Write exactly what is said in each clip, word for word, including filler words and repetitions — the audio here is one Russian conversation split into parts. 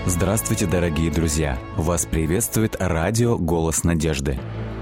Здравствуйте, дорогие друзья! Вас приветствует радио «Голос надежды».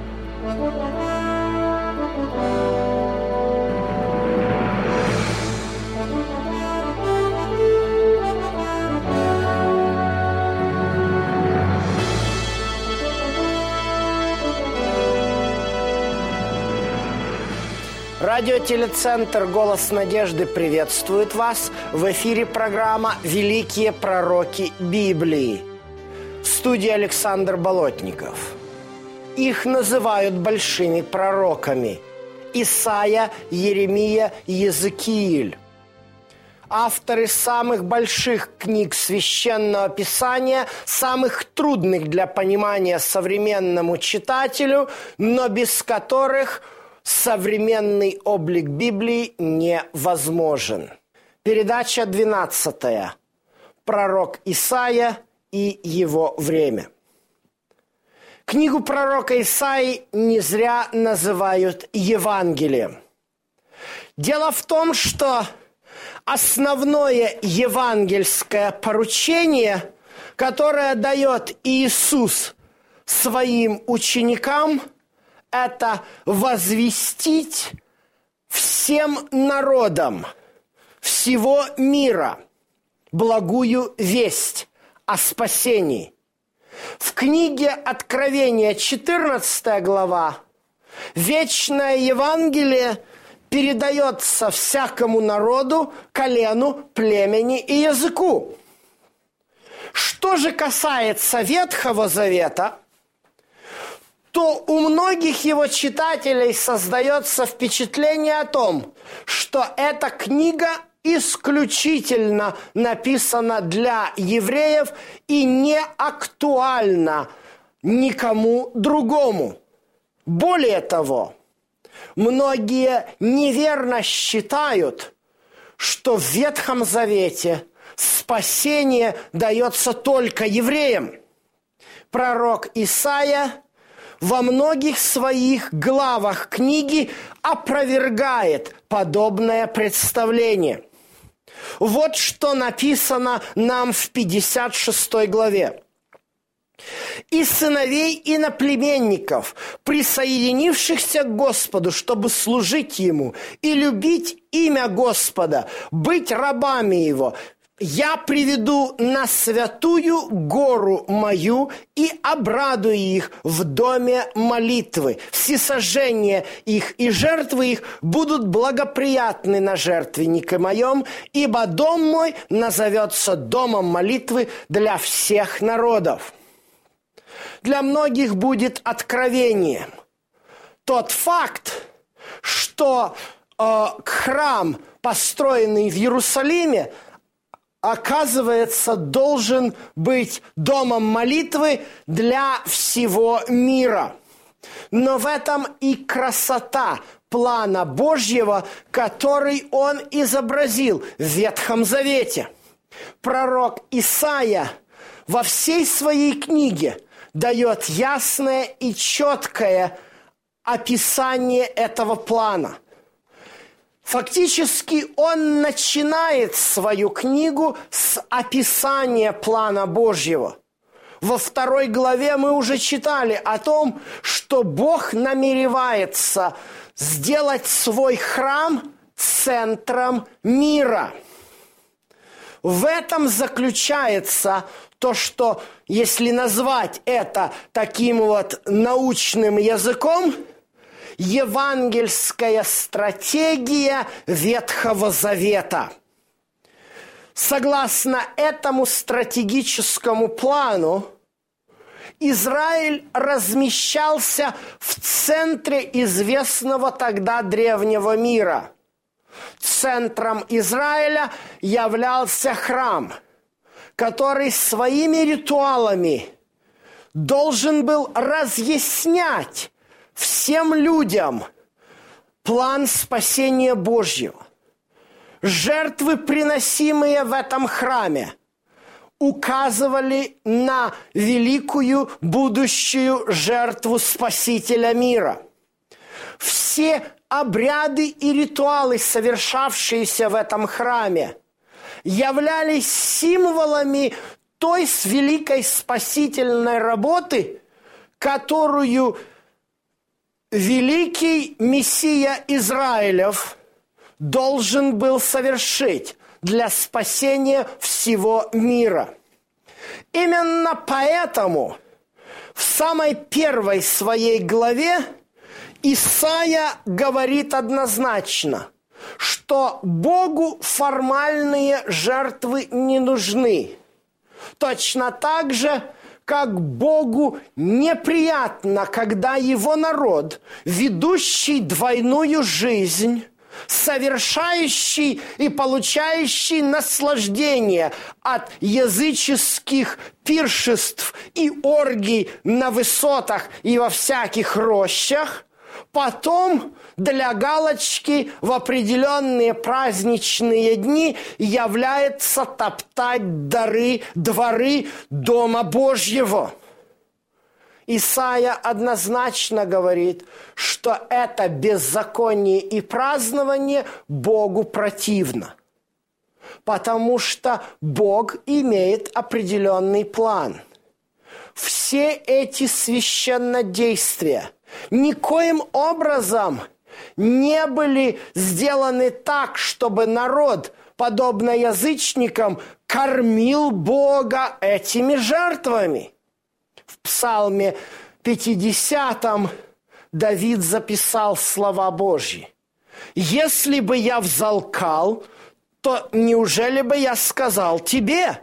Радиотелецентр «Голос надежды» приветствует вас. В эфире программа «Великие пророки Библии». В студии Александр Болотников. Их называют большими пророками: Исайя, Еремия, Иезекииль. Авторы самых больших книг Священного Писания, самых трудных для понимания современному читателю, но без которых современный облик Библии невозможен. Передача двенадцатая. Пророк Исайя и его время. Книгу пророка Исаии не зря называют Евангелием. Дело в том, что основное евангельское поручение, которое дает Иисус своим ученикам, это возвестить всем народам всего мира благую весть о спасении. В книге Откровения, четырнадцатая глава, вечное Евангелие передается всякому народу, колену, племени и языку. Что же касается Ветхого Завета, то у многих его читателей создается впечатление о том, что эта книга исключительно написана для евреев и не актуальна никому другому. Более того, многие неверно считают, что в Ветхом Завете спасение дается только евреям. Пророк Исайя во многих своих главах книги опровергает подобное представление. Вот что написано нам в пятьдесят шестой главе. «И сыновей иноплеменников, присоединившихся к Господу, чтобы служить Ему и любить имя Господа, быть рабами Его, я приведу на святую гору мою и обрадую их в доме молитвы. Всесожжения их и жертвы их будут благоприятны на жертвеннике моем, ибо дом мой назовется домом молитвы для всех народов». Для многих будет откровением тот факт, что э, храм, построенный в Иерусалиме, оказывается, должен быть домом молитвы для всего мира. Но в этом и красота плана Божьего, который Он изобразил в Ветхом Завете. Пророк Исайя во всей своей книге дает ясное и четкое описание этого плана. Фактически он начинает свою книгу с описания плана Божьего. Во второй главе мы уже читали о том, что Бог намеревается сделать свой храм центром мира. В этом заключается то, что, если назвать это таким вот научным языком, евангельская стратегия Ветхого Завета. Согласно этому стратегическому плану, Израиль размещался в центре известного тогда древнего мира. Центром Израиля являлся храм, который своими ритуалами должен был разъяснять всем людям план спасения Божьего. Жертвы, приносимые в этом храме, указывали на великую будущую жертву Спасителя мира. Все обряды и ритуалы, совершавшиеся в этом храме, являлись символами той с великой спасительной работы, которую великий Мессия Израилев должен был совершить для спасения всего мира. Именно поэтому в самой первой своей главе Исайя говорит однозначно, что Богу формальные жертвы не нужны. Точно так же, как Богу неприятно, когда его народ, ведущий двойную жизнь, совершающий и получающий наслаждение от языческих пиршеств и оргий на высотах и во всяких рощах, потом для галочки в определенные праздничные дни является топтать дары, дворы Дома Божьего. Исайя однозначно говорит, что это беззаконие и празднование Богу противно, потому что Бог имеет определенный план. Все эти священнодействия никоим образом не были сделаны так, чтобы народ, подобно язычникам, кормил Бога этими жертвами. В Псалме пятидесятом Давид записал слова Божьи. «Если бы я взалкал, то неужели бы я сказал тебе?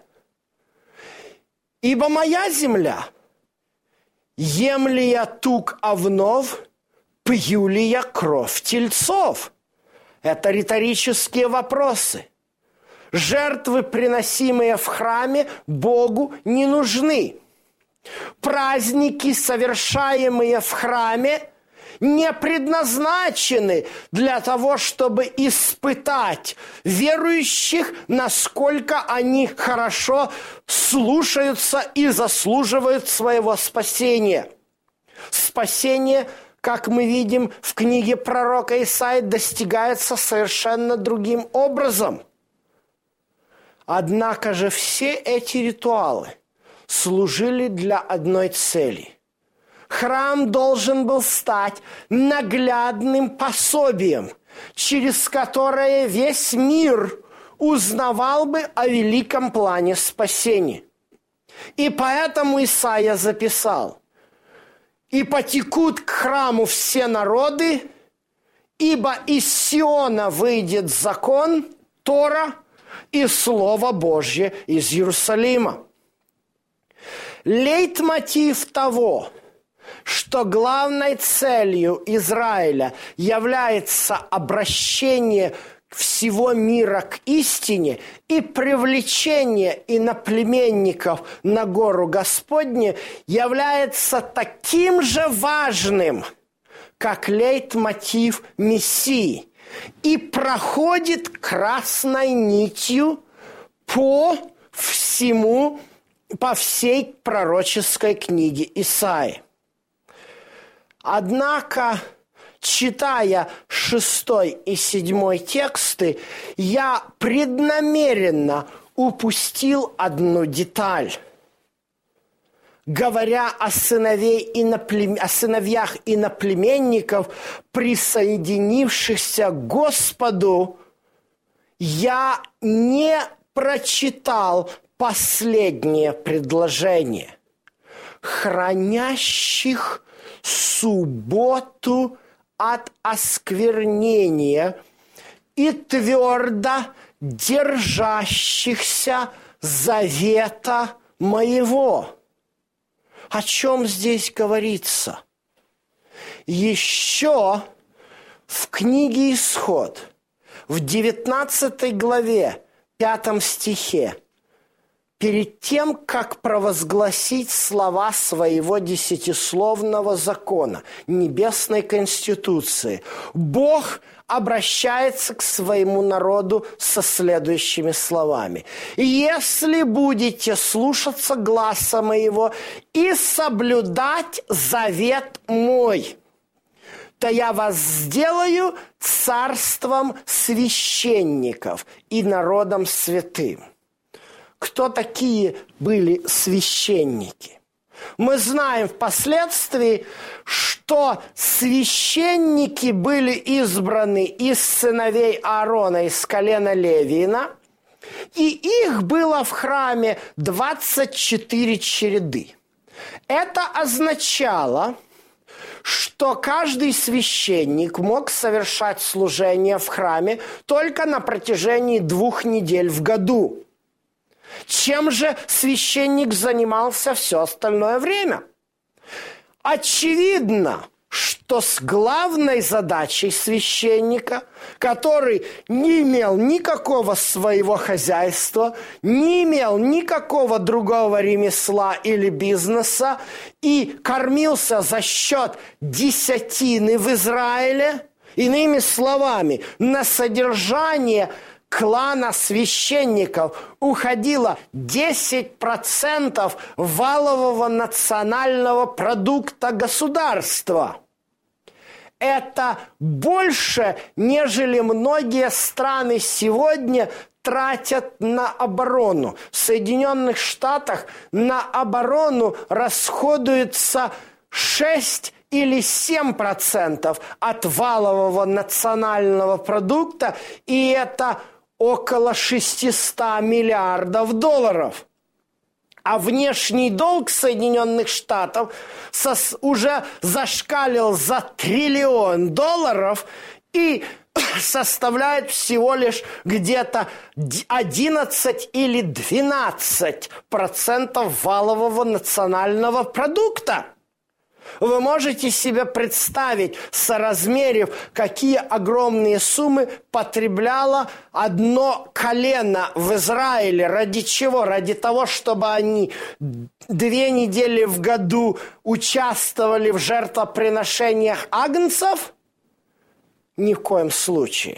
Ибо моя земля, ем ли я тук овнов, пью ли я кровь тельцов?» Это риторические вопросы. Жертвы, приносимые в храме, Богу не нужны. Праздники, совершаемые в храме, не предназначены для того, чтобы испытать верующих, насколько они хорошо слушаются и заслуживают своего спасения. Спасение, как мы видим в книге пророка Исаии, достигается совершенно другим образом. Однако же все эти ритуалы служили для одной цели. Храм должен был стать наглядным пособием, через которое весь мир узнавал бы о великом плане спасения. И поэтому Исайя записал: «И потекут к храму все народы, ибо из Сиона выйдет закон, Тора и Слово Божье из Иерусалима». Лейтмотив того, что главной целью Израиля является обращение всего мира к истине и привлечение иноплеменников на гору Господне, является таким же важным, как лейтмотив Мессии, и проходит красной нитью по всему по всей пророческой книге Исаии. Однако, читая шестой и седьмой тексты, я преднамеренно упустил одну деталь. Говоря о, сыновей иноплем... о сыновьях иноплеменников, присоединившихся к Господу, я не прочитал последнее предложение: хранящих субботу от осквернения и твердо держащихся завета моего. О чем здесь говорится? Еще в книге Исход, в девятнадцатой главе, пятом стихе, перед тем, как провозгласить слова своего десятисловного закона, небесной конституции, Бог обращается к своему народу со следующими словами: «Если будете слушаться гласа моего и соблюдать завет мой, то я вас сделаю царством священников и народом святым». кто такие были священники. Мы знаем впоследствии, что священники были избраны из сыновей Аарона, из колена Левиина, и их было в храме двадцать четыре череды. Это означало, что каждый священник мог совершать служение в храме только на протяжении двух недель в году. Чем же священник занимался все остальное время? Очевидно, что с главной задачей священника, который не имел никакого своего хозяйства, не имел никакого другого ремесла или бизнеса и кормился за счет десятины в Израиле, иными словами, на содержание клана священников уходило десять процентов валового национального продукта государства. Это больше, нежели многие страны сегодня тратят на оборону. В Соединенных Штатах на оборону расходуется шесть или семь процентов от валового национального продукта, и это около шестьсот миллиардов долларов. А внешний долг Соединенных Штатов сос, уже зашкалил за триллион долларов и составляет всего лишь где-то одиннадцать или двенадцать процентов валового национального продукта. Вы можете себе представить, соразмерив, какие огромные суммы потребляло одно колено в Израиле. Ради чего? Ради того, чтобы они две недели в году участвовали в жертвоприношениях агнцев? Ни в коем случае.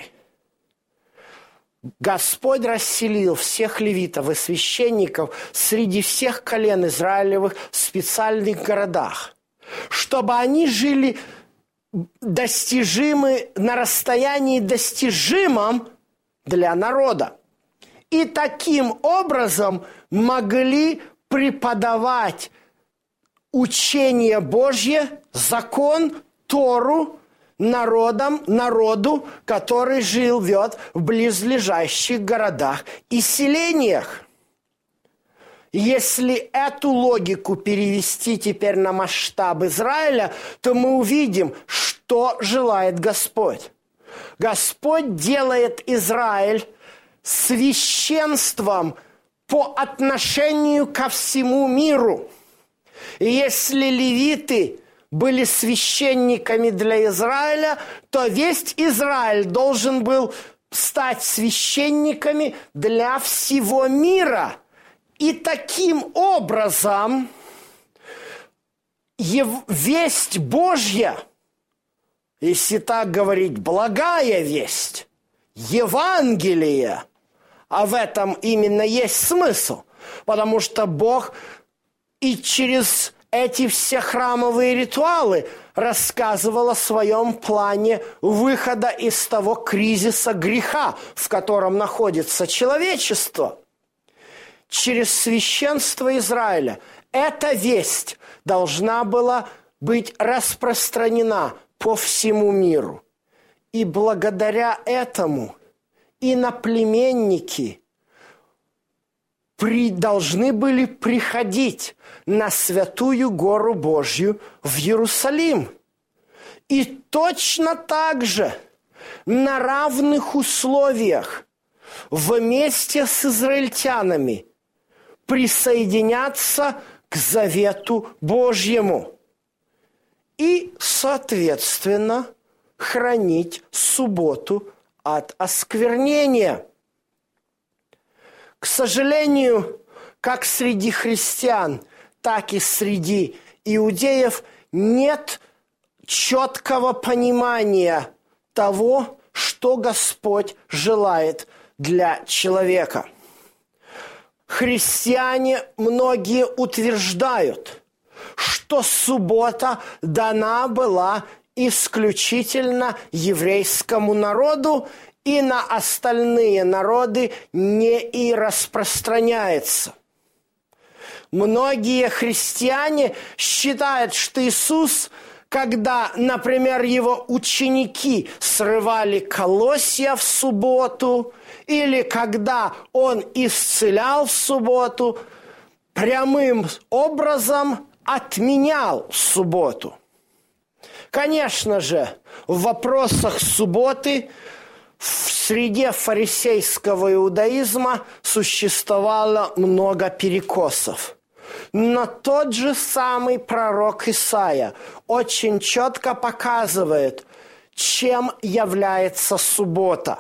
Господь расселил всех левитов и священников среди всех колен Израилевых в специальных городах, чтобы они жили достижимы, на расстоянии достижимом для народа. И таким образом могли преподавать учение Божье, закон, Тору народам, народу, который живет в близлежащих городах и селениях. Если эту логику перевести теперь на масштаб Израиля, то мы увидим, что желает Господь. Господь делает Израиль священством по отношению ко всему миру. И если левиты были священниками для Израиля, то весь Израиль должен был стать священниками для всего мира. И таким образом весть Божья, если так говорить, благая весть, Евангелие, а в этом именно есть смысл, потому что Бог и через эти все храмовые ритуалы рассказывал о своем плане выхода из того кризиса греха, в котором находится человечество. Через священство Израиля эта весть должна была быть распространена по всему миру. И благодаря этому иноплеменники при, должны были приходить на святую гору Божью в Иерусалим. И точно так же на равных условиях вместе с израильтянами присоединяться к завету Божьему и, соответственно, хранить субботу от осквернения. К сожалению, как среди христиан, так и среди иудеев нет четкого понимания того, что Господь желает для человека. Христиане многие утверждают, что суббота дана была исключительно еврейскому народу, и на остальные народы не и распространяется. Многие христиане считают, что Иисус, когда, например, его ученики срывали колосья в субботу, или когда он исцелял в субботу, прямым образом отменял субботу. Конечно же, в вопросах субботы в среде фарисейского иудаизма существовало много перекосов. Но тот же самый пророк Исаия очень четко показывает, чем является суббота.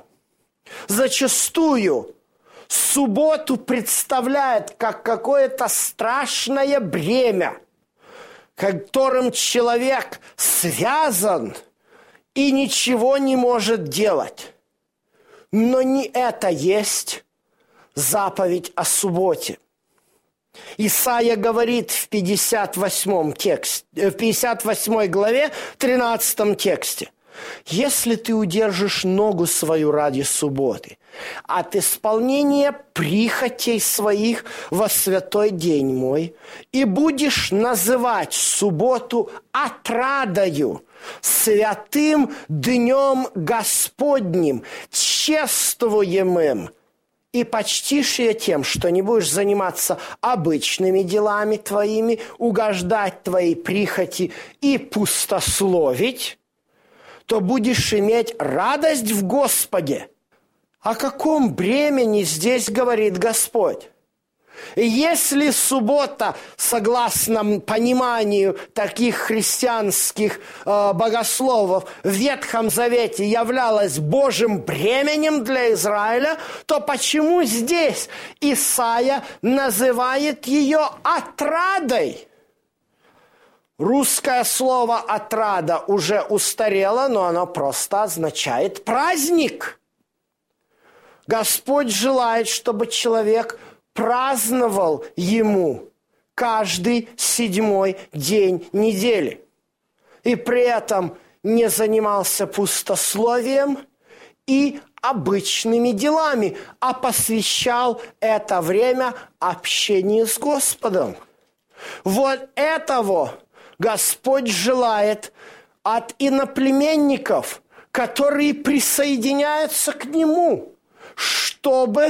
Зачастую субботу представляет как какое-то страшное бремя, которым человек связан и ничего не может делать. Но не это есть заповедь о субботе. Исаия говорит в пятьдесят восьмом тексте, в пятьдесят восьмой главе, тринадцатом тексте: «Если ты удержишь ногу свою ради субботы, от исполнения прихотей своих во святой день мой, и будешь называть субботу отрадою, святым днем Господним, чествуемым, и почтишь ее тем, что не будешь заниматься обычными делами твоими, угождать твоей прихоти и пустословить, то будешь иметь радость в Господе». О каком бремени здесь говорит Господь? Если суббота, согласно пониманию таких христианских э, богословов, в Ветхом Завете являлась Божьим бременем для Израиля, то почему здесь Исаия называет ее отрадой? Русское слово «отрада» уже устарело, но оно просто означает «праздник». Господь желает, чтобы человек праздновал Ему каждый седьмой день недели. И при этом не занимался пустословием и обычными делами, а посвящал это время общению с Господом. Вот этого Господь желает от иноплеменников, которые присоединяются к Нему, чтобы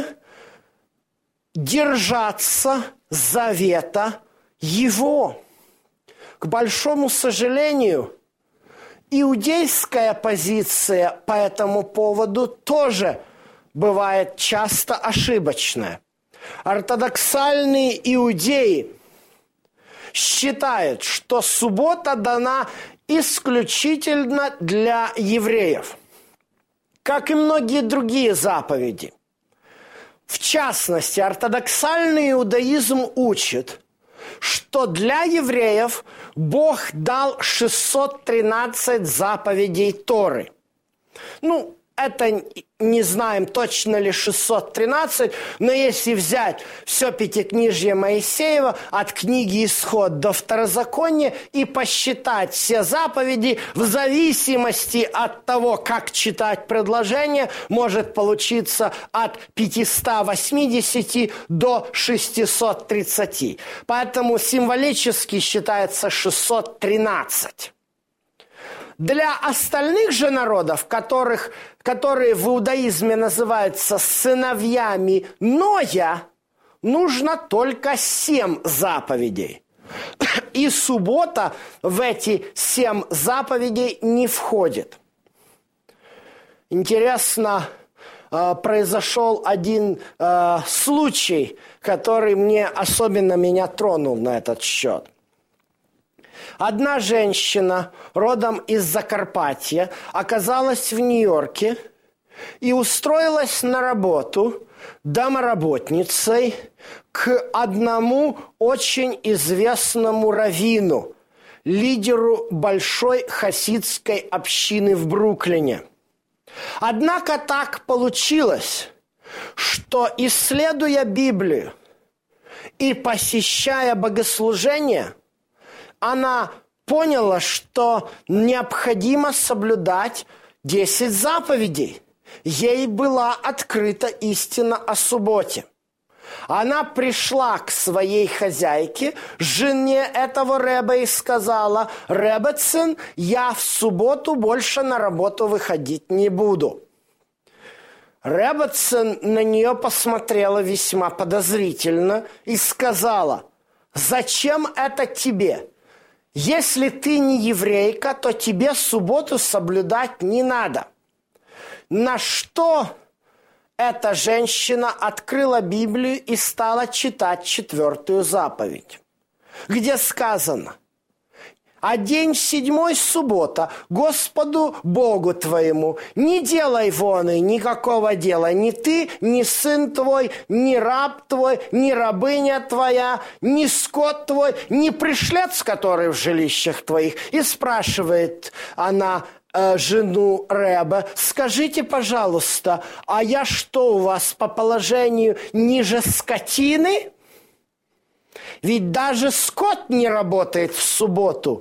держаться завета Его. К большому сожалению, иудейская позиция по этому поводу тоже бывает часто ошибочная. Ортодоксальные иудеи считают, что суббота дана исключительно для евреев, как и многие другие заповеди. В частности, ортодоксальный иудаизм учит, что для евреев Бог дал шестьсот тринадцать заповедей Торы. Ну, это не знаем, точно ли шестьсот тринадцать, но если взять все Пятикнижье Моисеева от книги Исход до Второзакония и посчитать все заповеди, в зависимости от того, как читать предложение, может получиться от пятьсот восемьдесят до шестьсот тридцать. Поэтому символически считается шестьсот тринадцать. Для остальных же народов, которых, которые в иудаизме называются сыновьями Ноя, нужно только семь заповедей. И суббота в эти семь заповедей не входит. Интересно, произошел один случай, который мне особенно меня тронул на этот счет. Одна женщина, родом из Закарпатья, оказалась в Нью-Йорке и устроилась на работу домоработницей к одному очень известному раввину, лидеру большой хасидской общины в Бруклине. Однако так получилось, что, исследуя Библию и посещая богослужения, она поняла, что необходимо соблюдать десять заповедей. ей была открыта истина о субботе. Она пришла к своей хозяйке, жене этого рэбе, и сказала: «Ребецин, я в субботу больше на работу выходить не буду». Ребецин на нее посмотрела весьма подозрительно и сказала: «Зачем это тебе? Если ты не еврейка, то тебе субботу соблюдать не надо». На что эта женщина открыла Библию и стала читать четвертую заповедь, где сказано: «А день седьмой суббота Господу Богу твоему, не делай вон и никакого дела, ни ты, ни сын твой, ни раб твой, ни рабыня твоя, ни скот твой, ни пришлец, который в жилищах твоих». И спрашивает она э, жену рэба: «Скажите, пожалуйста, а я что у вас по положению ниже скотины? Ведь даже скот не работает в субботу».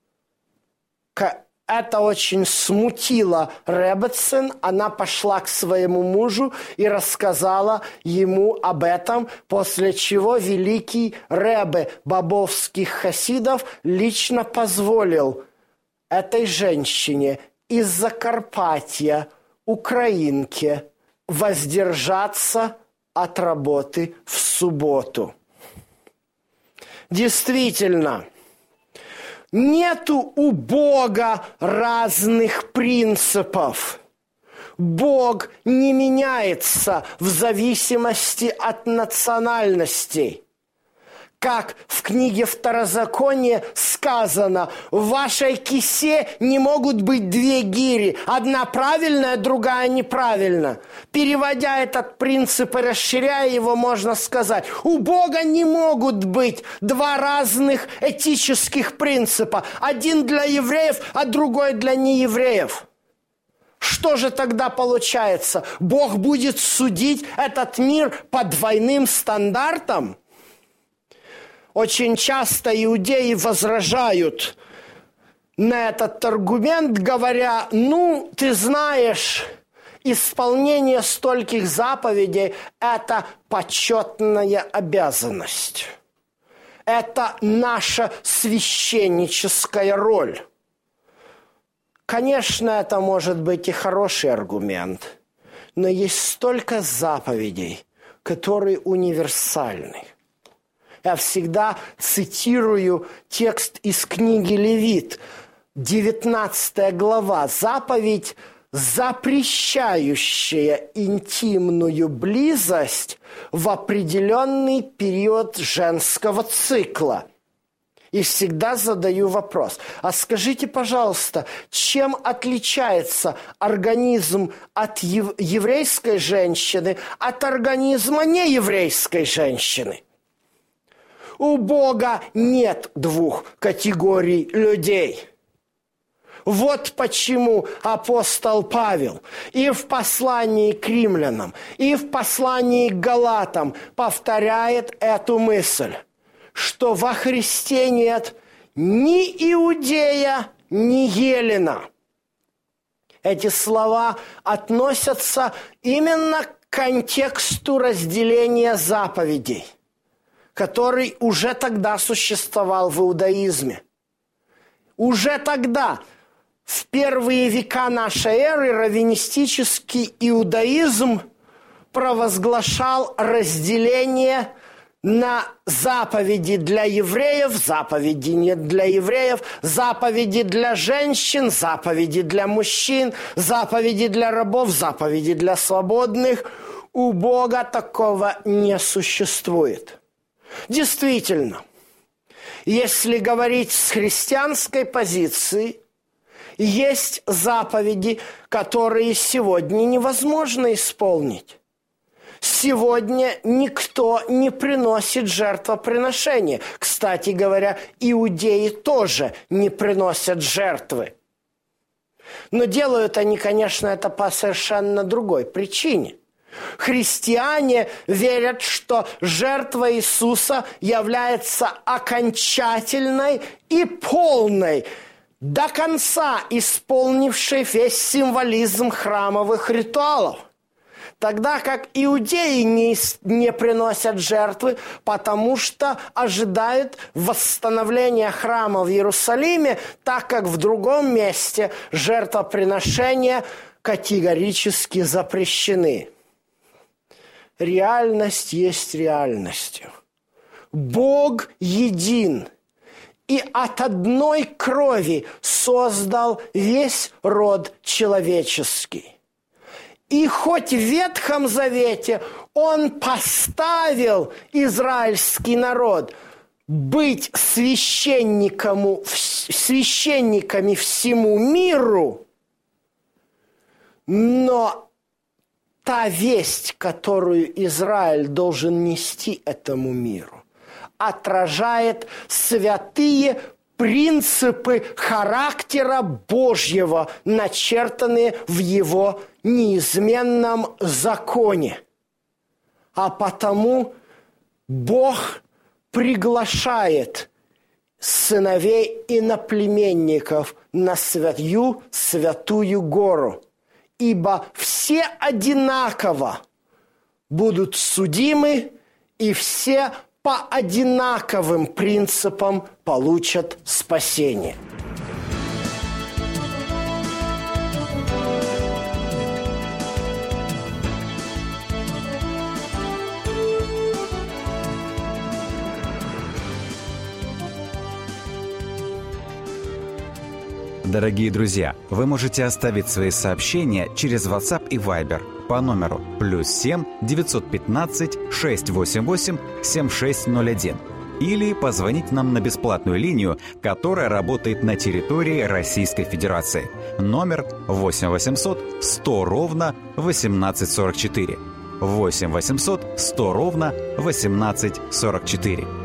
Это очень смутило Ребецин. Она пошла к своему мужу и рассказала ему об этом, после чего великий ребе бобовских хасидов лично позволил этой женщине из Закарпатья, украинке, воздержаться от работы в субботу. Действительно, нету у Бога разных принципов. Бог не меняется в зависимости от национальностей. Как в книге Второзакония сказано: в вашей кисе не могут быть две гири, одна правильная, другая неправильная. Переводя этот принцип и расширяя его, можно сказать: у Бога не могут быть два разных этических принципа. Один для евреев, а другой для неевреев. Что же тогда получается? Бог будет судить этот мир по двойным стандартам? Очень часто иудеи возражают на этот аргумент, говоря: ну, ты знаешь, исполнение стольких заповедей – это почетная обязанность. Это наша священническая роль. Конечно, это может быть и хороший аргумент, но есть столько заповедей, которые универсальны. Я всегда цитирую текст из книги Левит, девятнадцатая глава, заповедь, запрещающая интимную близость в определенный период женского цикла. И всегда задаю вопрос: а скажите, пожалуйста, чем отличается организм от ев- еврейской женщины от организма нееврейской женщины? У Бога нет двух категорий людей. Вот почему апостол Павел и в послании к римлянам, и в послании к галатам повторяет эту мысль, что во Христе нет ни иудея, ни еллина. Эти слова относятся именно к контексту разделения заповедей, который уже тогда существовал в иудаизме. Уже тогда, в первые века нашей эры, раввинистический иудаизм провозглашал разделение на заповеди для евреев, заповеди не для евреев, заповеди для женщин, заповеди для мужчин, заповеди для рабов, заповеди для свободных. У Бога такого не существует. Действительно, если говорить с христианской позиции, есть заповеди, которые сегодня невозможно исполнить. Сегодня никто не приносит жертвоприношения. Кстати говоря, иудеи тоже не приносят жертвы. Но делают они, конечно, это по совершенно другой причине. Христиане верят, что жертва Иисуса является окончательной и полной до конца исполнивший весь символизм храмовых ритуалов. Тогда как иудеи не, не приносят жертвы, потому что ожидают восстановления храма в Иерусалиме, так как в другом месте жертвоприношения категорически запрещены. Реальность есть реальностью. Бог един, и от одной крови создал весь род человеческий. И хоть в Ветхом Завете Он поставил израильский народ быть священниками, священниками всему миру, но та весть, которую Израиль должен нести этому миру, отражает святые принципы характера Божьего, начертанные в Его неизменном законе. А потому Бог приглашает сыновей иноплеменников на святую, святую гору, ибо все одинаково будут судимы, и все по одинаковым принципам получат спасение. Дорогие друзья, вы можете оставить свои сообщения через WhatsApp и Viber по номеру плюс семь девятьсот пятнадцать шестьсот восемьдесят восемь семьдесят шесть ноль один или позвонить нам на бесплатную линию, которая работает на территории Российской Федерации. Номер восемь восемьсот сто ровно восемнадцать сорок четыре. восемь восемьсот сто ровно восемнадцать сорок четыре.